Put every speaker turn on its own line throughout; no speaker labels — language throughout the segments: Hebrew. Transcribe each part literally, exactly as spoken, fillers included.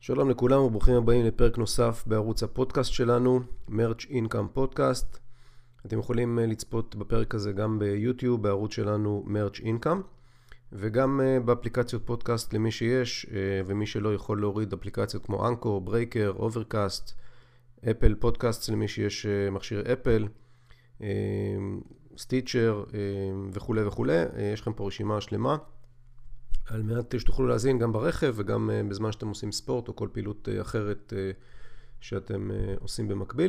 שלום לכולם וברוכים הבאים לפרק נוסף בערוץ הפודקאסט שלנו, Merch Income Podcast. אתם יכולים לצפות בפרק הזה גם ביוטיוב, בערוץ שלנו Merch Income, וגם באפליקציות פודקאסט למי שיש, ומי שלא יכול להוריד אפליקציות כמו אנקור, ברייקר, אוברקאסט, אפל פודקאסט למי שיש מכשיר אפל, סטיצ'ר וכו' וכו'. יש לכם פה רשימה שלמה. על מנת שתוכלו להזין גם ברכב וגם בזמן שאתם עושים ספורט או כל פעילות אחרת שאתם עושים במקביל.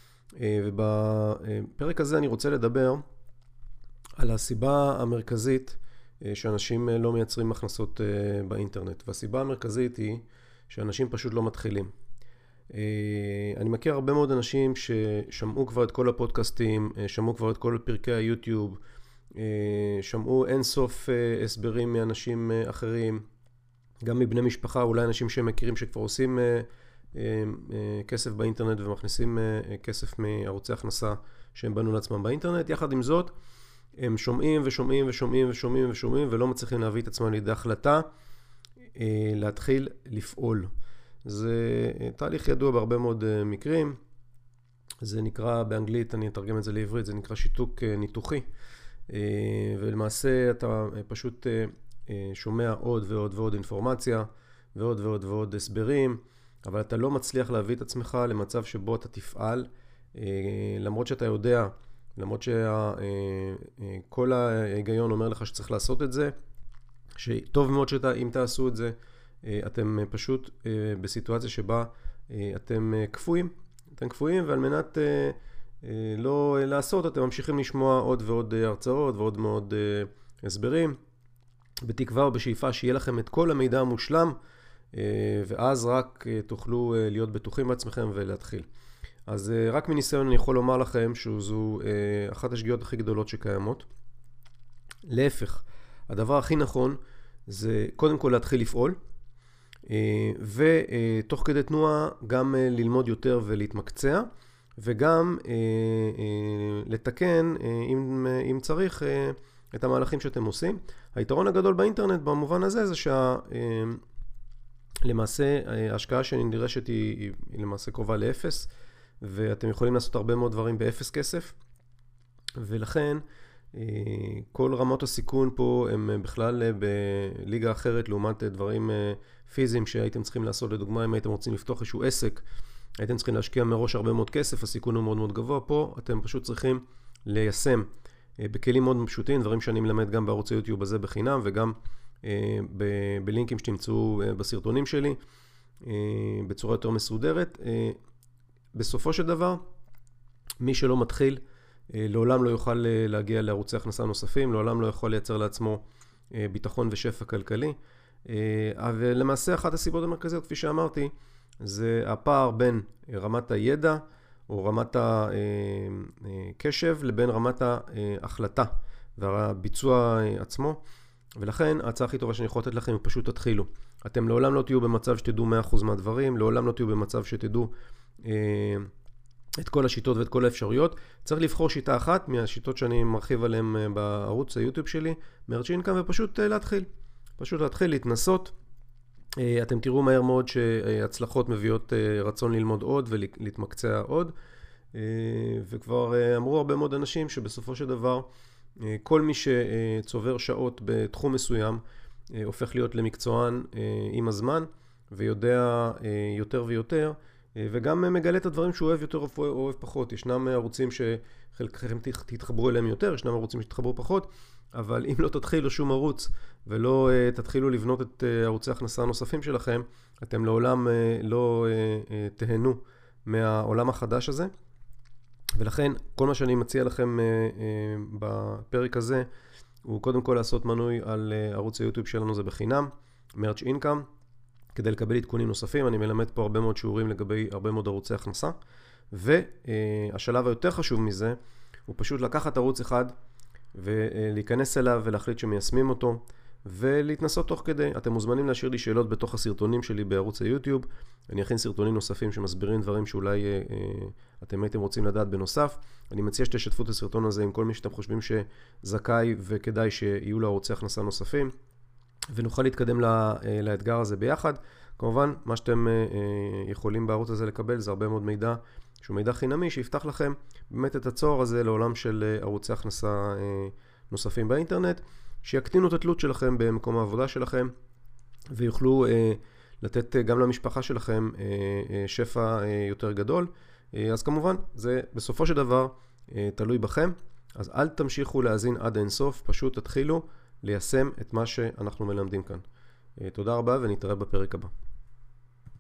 ובפרק הזה אני רוצה לדבר על הסיבה המרכזית שאנשים לא מייצרים הכנסות באינטרנט. והסיבה המרכזית היא שאנשים פשוט לא מתחילים. אני מכיר הרבה מאוד אנשים ששמעו כבר את כל הפודקאסטים, שמעו כבר את כל פרקי היוטיוב, שמעו אינסוף הסברים מאנשים אחרים, גם מבני משפחה, אולי אנשים שהם מכירים שכבר עושים כסף באינטרנט ומכניסים כסף מערוצי הכנסה שהם בנו לעצמם באינטרנט. יחד עם זאת, הם שומעים ושומעים ושומעים ושומעים ושומעים ולא מצליחים להביא את עצמם לידי החלטה להתחיל לפעול. זה תהליך ידוע בהרבה מאוד מקרים. זה נקרא באנגלית, אני אתרגם את זה לעברית, זה נקרא שיתוק ניתוחי. ולמעשה אתה פשוט שומע עוד ועוד ועוד אינפורמציה ועוד ועוד ועוד הסברים, אבל אתה לא מצליח להביא את עצמך למצב שבו אתה תפעל, למרות שאתה יודע, למרות שכל ההיגיון אומר לך שצריך לעשות את זה, שטוב מאוד שאם תעשו את זה, אתם פשוט בסיטואציה שבה אתם קפואים, אתם קפואים ועל מנת לא לעשות, אתם ממשיכים לשמוע עוד ועוד הרצאות ועוד מאוד הסברים, בתקווה ובשאיפה שיהיה לכם את כל המידע המושלם, ואז רק תוכלו להיות בטוחים בעצמכם ולהתחיל. אז רק מניסיון אני יכול לומר לכם שזו אחת השגיאות הכי גדולות שקיימות. להפך, הדבר הכי נכון זה קודם כל להתחיל לפעול, ותוך כדי תנועה גם ללמוד יותר ולהתמקצע, וגם אה, אה, לתקן, אה, אם, אה, אם צריך, אה, את המהלכים שאתם עושים. היתרון הגדול באינטרנט במובן הזה זה שלמעשה אה, ההשקעה שנדרשת היא, היא, היא למעשה קרובה לאפס, ואתם יכולים לעשות הרבה מאוד דברים באפס כסף, ולכן אה, כל רמות הסיכון פה הם בכלל בליגה אחרת לעומת דברים אה, פיזיים שהייתם צריכים לעשות. לדוגמה, אם הייתם רוצים לפתוח איזשהו עסק, הייתם צריכים להשקיע מראש הרבה מאוד כסף, הסיכון הוא מאוד מאוד גבוה. פה אתם פשוט צריכים ליישם בכלים מאוד פשוטים, דברים שאני מלמד גם בערוץ היוטיוב הזה בחינם, וגם ב- בלינקים שתמצאו בסרטונים שלי, בצורה יותר מסודרת. בסופו של דבר, מי שלא מתחיל, לעולם לא יוכל להגיע לערוצי הכנסה נוספים, לעולם לא יכול לייצר לעצמו ביטחון ושפע כלכלי. ולמעשה אחת הסיבות המרכזיות, כפי שאמרתי, זה הפער בין רמת הידע או רמת הקשב לבין רמת ההחלטה והביצוע עצמו. ולכן ההצעה הכי טובה שאני יכול לתת לכם היא פשוט תתחילו. אתם לעולם לא תהיו במצב שתדעו מאה אחוז מהדברים, לעולם לא תהיו במצב שתדעו את כל השיטות ואת כל האפשרויות. צריך לבחור שיטה אחת מהשיטות שאני מרחיב עליהן בערוץ היוטיוב שלי, Merch Income, ופשוט להתחיל. פשוט להתחיל להתנסות. אתם תראו מהר מאוד שהצלחות מביאות רצון ללמוד עוד ולהתמקצע עוד, וכבר אמרו הרבה מאוד אנשים שבסופו של דבר כל מי שצובר שעות בתחום מסוים הופך להיות למקצוען עם הזמן ויודע יותר ויותר, וגם מגלה את הדברים שהוא אוהב יותר או אוהב פחות. ישנם ערוצים שחלקכם תתחברו אליהם יותר, ישנם ערוצים שתתחברו פחות, אבל אם לא תתחילו שום ערוץ ולא uh, תתחילו לבנות את uh, ערוצי הכנסה הנוספים שלכם, אתם לעולם uh, לא uh, uh, תהנו מהעולם החדש הזה. ולכן כל מה שאני מציע לכם uh, uh, בפרק הזה הוא קודם כל לעשות מנוי על uh, ערוץ היוטיוב שלנו, זה בחינם, Merch Income, כדי לקבל עדכונים נוספים. אני מלמד פה הרבה מאוד שיעורים לגבי הרבה מאוד ערוצי הכנסה, והשלב היותר חשוב מזה הוא פשוט לקחת ערוץ אחד ולהיכנס אליו ולהחליט שמיישמים אותו ולהתנסות תוך כדי. אתם מוזמנים להשאיר לי שאלות בתוך הסרטונים שלי בערוץ היוטיוב. אני אכין סרטונים נוספים שמסבירים דברים שאולי אה, אה, אתם הייתם רוצים לדעת בנוסף. אני מציע שתשתפו את הסרטון הזה עם כל מי שאתם חושבים שזכאי וכדאי שיהיו לו ערוצי הכנסה נוספים, ונוכל להתקדם לה, אה, לאתגר הזה ביחד. כמובן, מה שאתם יכולים בערוץ הזה לקבל זה הרבה מאוד מידע, שהוא מידע חינמי, שיפתח לכם באמת את הצוהר הזה לעולם של ערוצי הכנסה נוספים באינטרנט, שיקטינו את התלות שלכם במקום העבודה שלכם, ויוכלו לתת גם למשפחה שלכם שפע יותר גדול. אז כמובן, זה בסופו של דבר תלוי בכם, אז אל תמשיכו להאזין עד אינסוף, פשוט תתחילו ליישם את מה שאנחנו מלמדים כאן. תודה רבה ונתראה בפרק הבא.